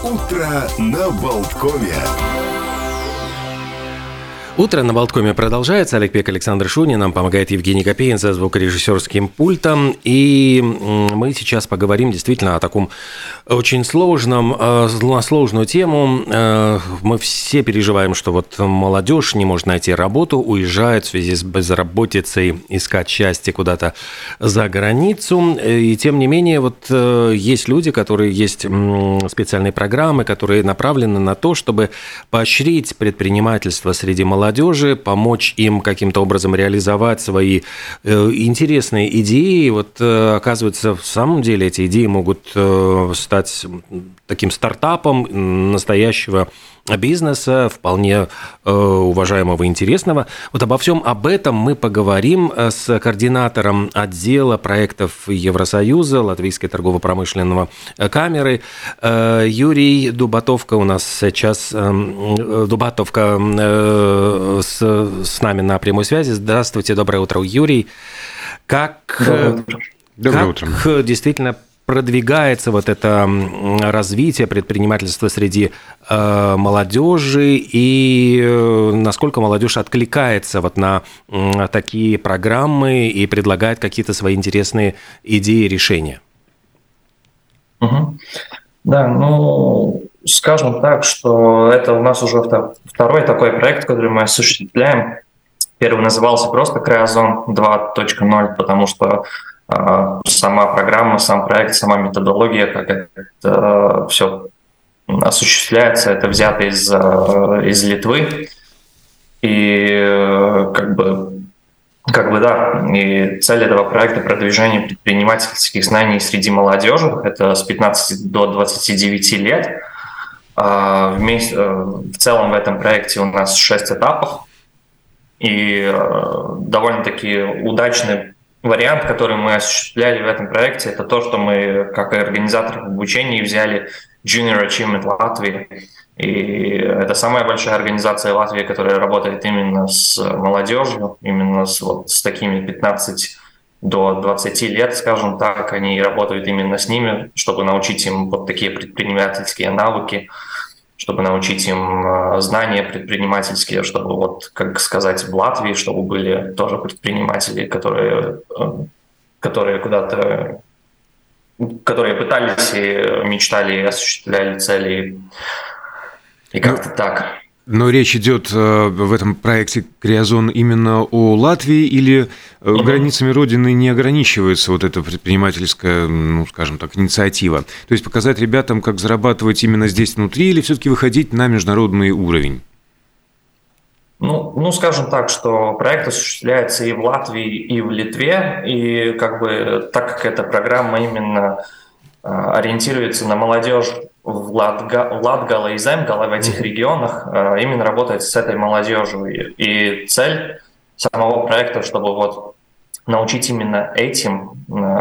Утро на Болткоме. Утро на Болткоме продолжается. Олег Пек, Александр Шунин. Нам помогает Евгений Копеин за звукорежиссерским пультом. И мы сейчас поговорим действительно о таком очень сложную тему. Мы все переживаем, что вот молодежь не может найти работу, уезжает в связи с безработицей, искать счастье куда-то за границу. И тем не менее, вот есть люди, есть специальные программы, которые направлены на то, чтобы поощрить предпринимательство среди молодежи, помочь им каким-то образом реализовать свои интересные идеи. Вот, оказывается, в самом деле эти идеи могут стать таким стартапом настоящего бизнеса, вполне уважаемого и интересного. Вот обо всем об этом мы поговорим с координатором отдела проектов Евросоюза Латвийской торгово-промышленного камеры Юрий Дубатовка. У нас сейчас Дубатовка с нами на прямой связи. Здравствуйте, доброе утро, Юрий. Доброе утро. Действительно продвигается вот это развитие предпринимательства среди молодежи, и насколько молодежь откликается вот на такие программы и предлагает какие-то свои интересные идеи, решения? Угу. Да, скажем так, что это у нас уже второй такой проект, который мы осуществляем. Первый назывался просто Креозон 2.0, потому что сама программа, сам проект, сама методология, как это все осуществляется, это взято из Литвы. И да, и цель этого проекта — продвижение предпринимательских знаний среди молодежи. Это с 15 до 29 лет. В целом в этом проекте у нас 6 этапов. И довольно-таки удачный вариант, который мы осуществляли в этом проекте, это то, что мы, как и организаторы обучения, взяли Junior Achievement Латвии. И это самая большая организация Латвии, которая работает именно с молодежью, именно с такими 15 до 20 лет, скажем так. Они работают именно с ними, чтобы научить им вот такие предпринимательские навыки, чтобы научить им знания предпринимательские, чтобы, вот, как сказать, в Латвии, чтобы были тоже предприниматели, которые пытались и мечтали, и осуществляли цели, и как-то так. Но речь идет в этом проекте Креозон именно о Латвии, или границами Родины не ограничивается вот эта предпринимательская, скажем так, инициатива? То есть показать ребятам, как зарабатывать именно здесь внутри, или все-таки выходить на международный уровень? Скажем так, что проект осуществляется и в Латвии, и в Литве, и так как эта программа именно ориентируется на молодежь в Латгала и Земгала, в этих регионах, именно работать с этой молодежью. И цель самого проекта, чтобы вот научить именно этим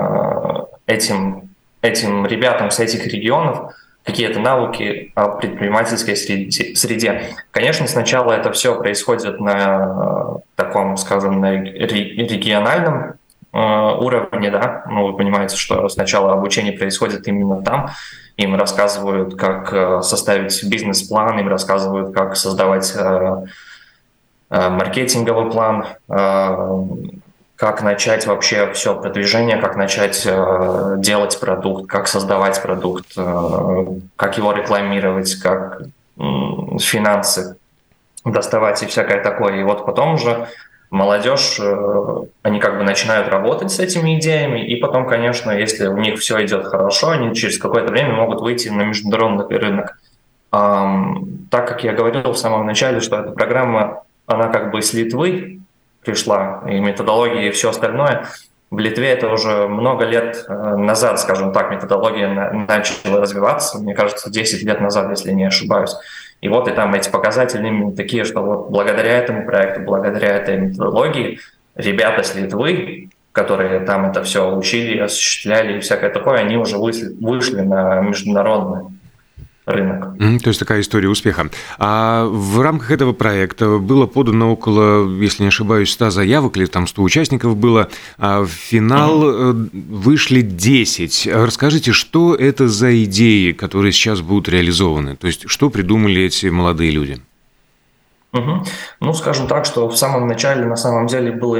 ребятам с этих регионов какие-то навыки о предпринимательской среде. Конечно, сначала это все происходит на таком, скажем, на региональном уровне, да. Вы понимаете, что сначала обучение происходит именно там. Им рассказывают, как составить бизнес-план, им рассказывают, как создавать маркетинговый план, как начать вообще все продвижение, как начать делать продукт, как создавать продукт, как его рекламировать, как финансы доставать и всякое такое. И вот потом уже молодежь, они начинают работать с этими идеями, и потом, конечно, если у них все идет хорошо, они через какое-то время могут выйти на международный рынок. Так как я говорил в самом начале, что эта программа, она с Литвы пришла, и методология, и все остальное. В Литве это уже много лет назад, скажем так, методология начала развиваться, мне кажется, 10 лет назад, если не ошибаюсь. И вот и там эти показатели именно такие, что вот благодаря этому проекту, благодаря этой методологии ребята с Литвы, которые там это все учили, осуществляли и всякое такое, они уже вышли на международное. рынок. То есть такая история успеха. А в рамках этого проекта было подано около, если не ошибаюсь, 100 заявок, или там 100 участников было, а в финал вышли 10. Расскажите, что это за идеи, которые сейчас будут реализованы? То есть что придумали эти молодые люди? Ну, скажем так, что в самом начале на самом деле было,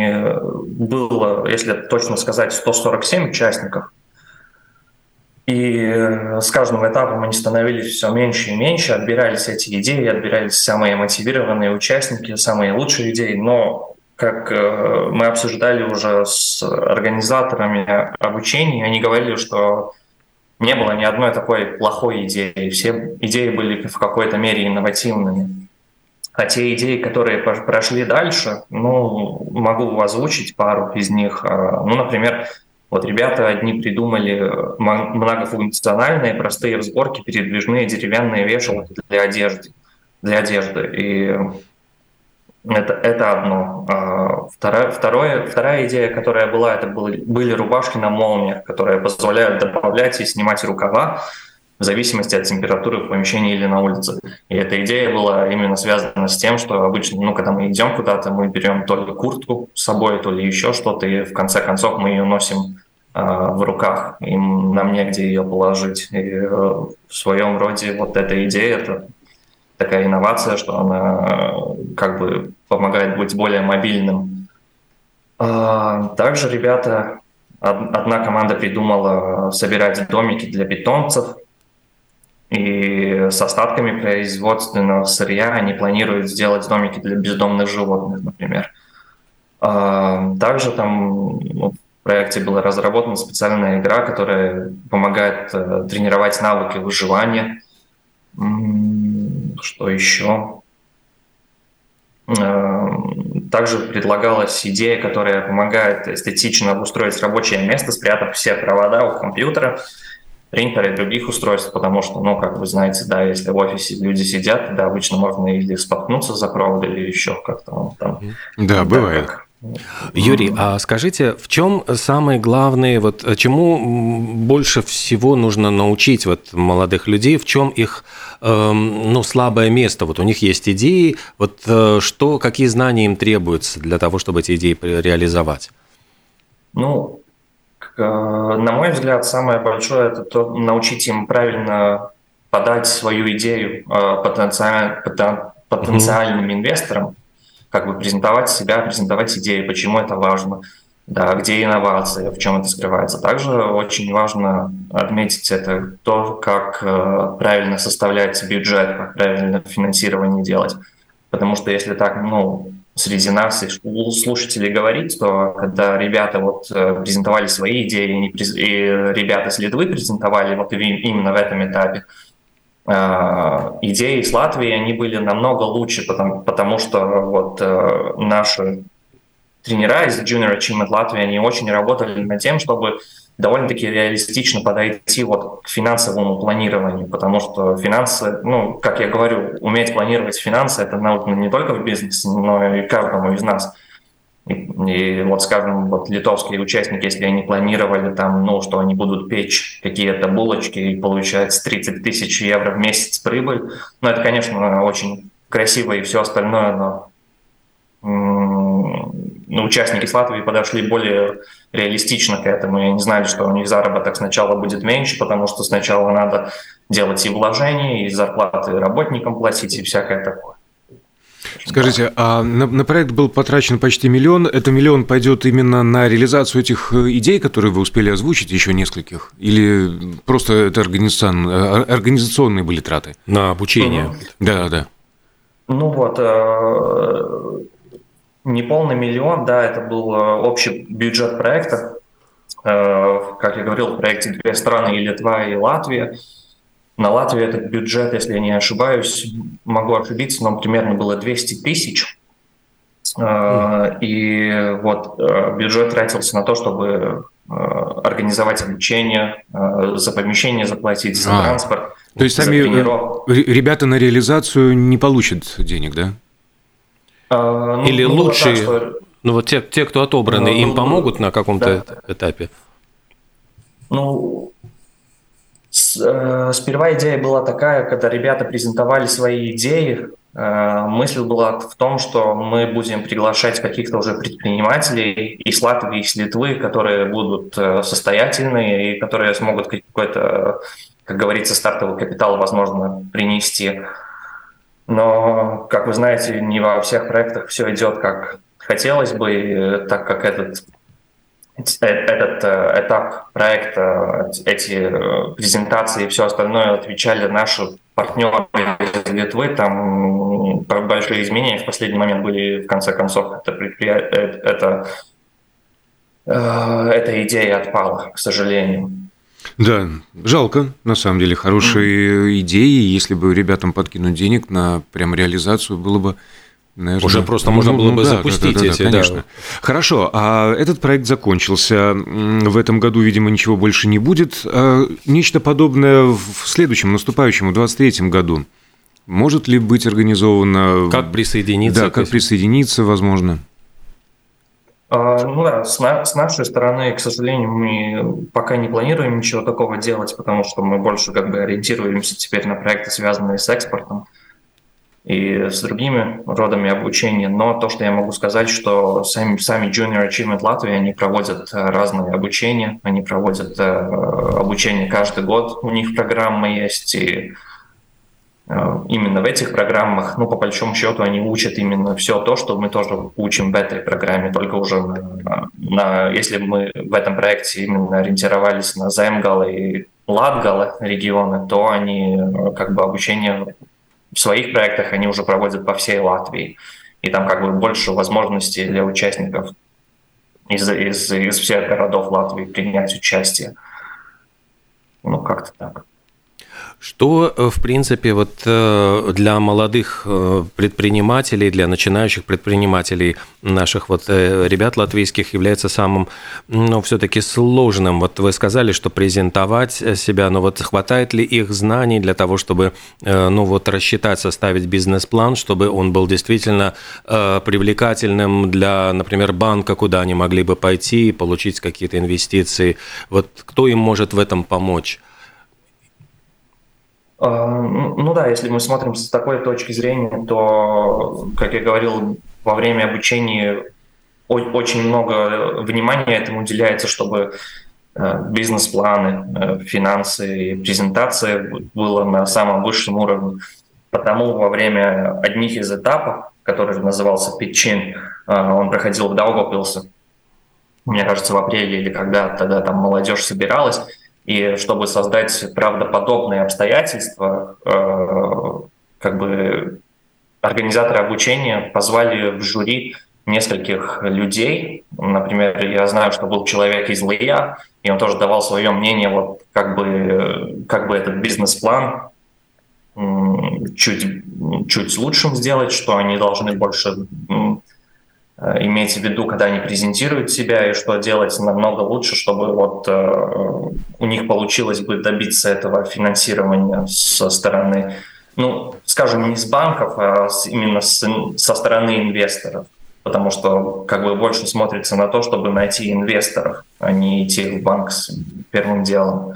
если точно сказать, 147 участников. И с каждым этапом они становились все меньше и меньше, отбирались эти идеи, отбирались самые мотивированные участники, самые лучшие идеи. Но, как мы обсуждали уже с организаторами обучения, они говорили, что не было ни одной такой плохой идеи. Все идеи были в какой-то мере инновативными. А те идеи, которые прошли дальше, могу озвучить пару из них. Например, вот ребята одни придумали многофункциональные, простые в сборке, передвижные деревянные вешалки для одежды. И это одно. Вторая идея, которая была, это были рубашки на молниях, которые позволяют добавлять и снимать рукава в зависимости от температуры в помещении или на улице. И эта идея была именно связана с тем, что обычно, когда мы идем куда-то, мы берем то ли куртку с собой, то ли еще что-то, и в конце концов мы ее носим в руках, и нам негде ее положить. И в своем роде вот эта идея, это такая инновация, что она как бы помогает быть более мобильным. Также ребята, одна команда придумала собирать домики для питомцев, и с остатками производственного сырья они планируют сделать домики для бездомных животных, например. Также там в проекте была разработана специальная игра, которая помогает тренировать навыки выживания. Что еще? Также предлагалась идея, которая помогает эстетично обустроить рабочее место, спрятав все провода у компьютера, принтера и других устройств, потому что, как вы знаете, да, если в офисе люди сидят, тогда обычно можно или споткнуться за провод, или еще как-то там. Да, бывает. Юрий, а скажите, в чем самое главное, чему больше всего нужно научить молодых людей, в чем их слабое место? У них есть идеи, какие знания им требуются для того, чтобы эти идеи реализовать? На мой взгляд, самое большое – это научить им правильно подать свою идею потенциальным инвесторам, как бы презентовать себя, презентовать идеи, почему это важно, да, где инновация, в чем это скрывается. Также очень важно отметить это то, как правильно составлять бюджет, как правильно финансирование делать. Потому что если так, среди нас и слушателей говорить, то когда ребята презентовали свои идеи, и ребята с Литвы презентовали именно в этом этапе, идеи с Латвии, они были намного лучше, потому что наши тренера из Junior Achievement Латвии, они очень работали над тем, чтобы довольно-таки реалистично подойти к финансовому планированию, потому что финансы, как я говорю, уметь планировать финансы, это нужно не только в бизнесе, но и каждому из нас. И скажем, литовские участники, если они планировали что они будут печь какие-то булочки и получается 30 тысяч евро в месяц прибыль, это, конечно, очень красиво и все остальное, но участники с Латвии подошли более реалистично к этому, и они знали, что у них заработок сначала будет меньше, потому что сначала надо делать и вложения, и зарплаты работникам платить, и всякое такое. Скажите, а на проект был потрачен почти 1 миллион. Это 1 миллион пойдет именно на реализацию этих идей, которые вы успели озвучить, еще нескольких? Или просто это организационные были траты? На обучение. Да. Неполный 1 миллион, да, это был общий бюджет проекта. Как я говорил, в проекте 2 страны, и Литва, и Латвия. На Латвии этот бюджет, если я не ошибаюсь, могу ошибиться, но примерно было 200 тысяч. И бюджет тратился на то, чтобы организовать обучение, за помещение заплатить, за транспорт. То есть сами ребята на реализацию не получат денег, да? Или лучшие, те, кто отобраны, им помогут на каком-то этапе? Сперва идея была такая, когда ребята презентовали свои идеи, мысль была в том, что мы будем приглашать каких-то уже предпринимателей из Латвии, из Литвы, которые будут состоятельные и которые смогут какой-то, как говорится, стартовый капитал, возможно, принести. Но, как вы знаете, не во всех проектах все идет как хотелось бы, так как этот этап проекта, эти презентации и все остальное отвечали наши партнеры из Литвы. Там большие изменения в последний момент были, в конце концов, эта идея отпала, к сожалению. Да, жалко, на самом деле, хорошие идеи. Если бы ребятам подкинуть денег на прям реализацию, было бы, наверное... Уже просто можно было бы запустить эти, конечно. Да. Хорошо, а этот проект закончился. В этом году, видимо, ничего больше не будет. Нечто подобное в следующем, наступающем, в 2023 году. Может ли быть организовано... Как присоединиться? Да, как присоединиться, возможно. Ну да, с нашей стороны, к сожалению, мы пока не планируем ничего такого делать, потому что мы больше как бы ориентируемся теперь на проекты, связанные с экспортом и с другими родами обучения. Но то, что я могу сказать, что сами Junior Achievement Latvia, они проводят разные обучения, они проводят обучение каждый год, у них программа есть, и именно в этих программах, по большому счету, они учат именно все то, что мы тоже учим в этой программе, только уже если мы в этом проекте именно ориентировались на Земгала и Латгала регионы, то они как бы обучение в своих проектах они уже проводят по всей Латвии. И там как бы больше возможностей для участников из всех городов Латвии принять участие. Как-то так. Что, в принципе, для молодых предпринимателей, для начинающих предпринимателей наших ребят латвийских является самым, все-таки сложным? Вы сказали, что презентовать себя, но хватает ли их знаний для того, чтобы, рассчитать, составить бизнес-план, чтобы он был действительно привлекательным для, например, банка, куда они могли бы пойти и получить какие-то инвестиции? Кто им может в этом помочь? Если мы смотрим с такой точки зрения, то, как я говорил, во время обучения очень много внимания этому уделяется, чтобы бизнес-планы, финансы и презентация было на самом высшем уровне. Потому во время одних из этапов, который назывался питчин, он проходил в Даугавпилсе, мне кажется, в апреле или когда тогда там молодежь собиралась. И чтобы создать правдоподобные обстоятельства, организаторы обучения позвали в жюри нескольких людей. Например, я знаю, что был человек из ЛИА, и он тоже давал свое мнение, как бы этот бизнес-план чуть лучшим сделать, что они должны больше иметь в виду, когда они презентируют себя, и что делать намного лучше, чтобы у них получилось бы добиться этого финансирования со стороны, скажем, не с банков, а именно со стороны инвесторов. Потому что больше смотрится на то, чтобы найти инвесторов, а не идти в банк с первым делом.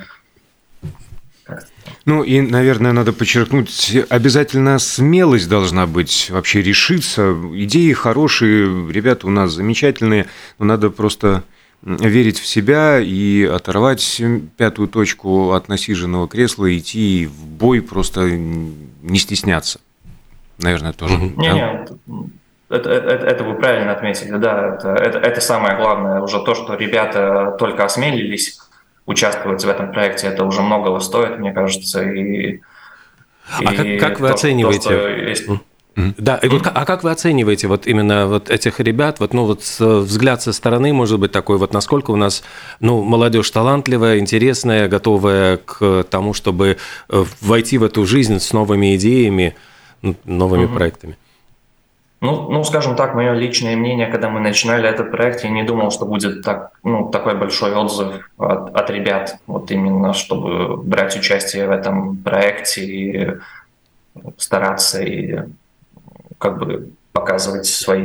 И, наверное, надо подчеркнуть, обязательно смелость должна быть, вообще решиться. Идеи хорошие, ребята у нас замечательные, но надо просто верить в себя и оторвать пятую точку от насиженного кресла и идти в бой, просто не стесняться. Наверное, тоже. Нет, это вы правильно отметили, да, это самое главное, уже то, что ребята только осмелились участвовать в этом проекте, это уже многого стоит, мне кажется. Как вы оцениваете? Да, а как вы оцениваете именно этих ребят? Взгляд со стороны, может быть, такой, насколько у нас молодежь талантливая, интересная, готовая к тому, чтобы войти в эту жизнь с новыми идеями, новыми проектами? Скажем так, мое личное мнение, когда мы начинали этот проект, я не думал, что будет такой большой отзыв от ребят, именно чтобы брать участие в этом проекте и стараться и показывать свой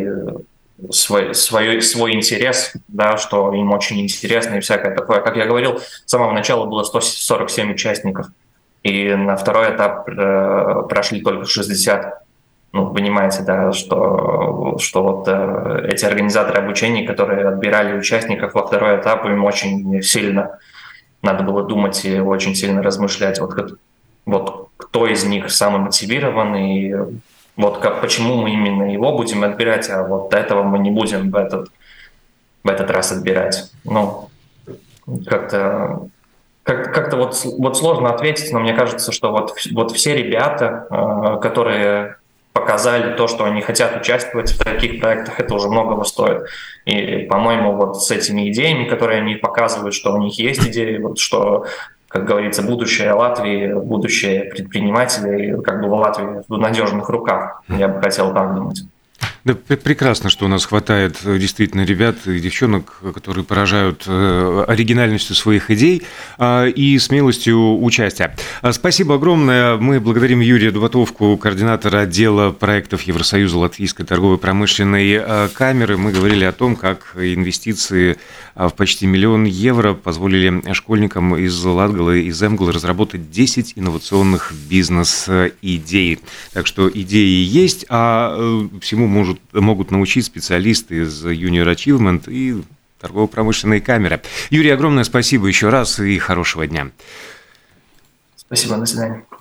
интерес, да, что им очень интересно и всякое такое. Как я говорил, с самого начала было 147 участников. и на второй этап прошли только 60. Ну, понимаете, да, что вот эти организаторы обучения, которые отбирали участников во второй этап, им очень сильно надо было думать и очень сильно размышлять, вот кто из них самый мотивированный, вот почему мы именно его будем отбирать, а вот этого мы не будем в этот раз отбирать. Ну, как-то вот сложно ответить, но мне кажется, что вот все ребята, которые показали то, что они хотят участвовать в таких проектах, это уже многого стоит. И, по-моему, вот с этими идеями, которые они показывают, что у них есть идеи, вот что, как говорится, будущее Латвии, будущее предпринимателей, как бы в Латвии в надежных руках. Я бы хотел так думать. Да, прекрасно, что у нас хватает действительно ребят и девчонок, которые поражают оригинальностью своих идей и смелостью участия. Спасибо огромное. Мы благодарим Юрия Дубатовку, координатора отдела проектов Евросоюза Латвийской торгово-промышленной камеры. Мы говорили о том, как инвестиции в почти 1 миллион евро позволили школьникам из Латгалы и Земгалы разработать 10 инновационных бизнес-идей. Так что идеи есть, а всему могут научить специалисты из Junior Achievement и торгово-промышленной камеры. Юрий, огромное спасибо еще раз и хорошего дня. Спасибо, до свидания.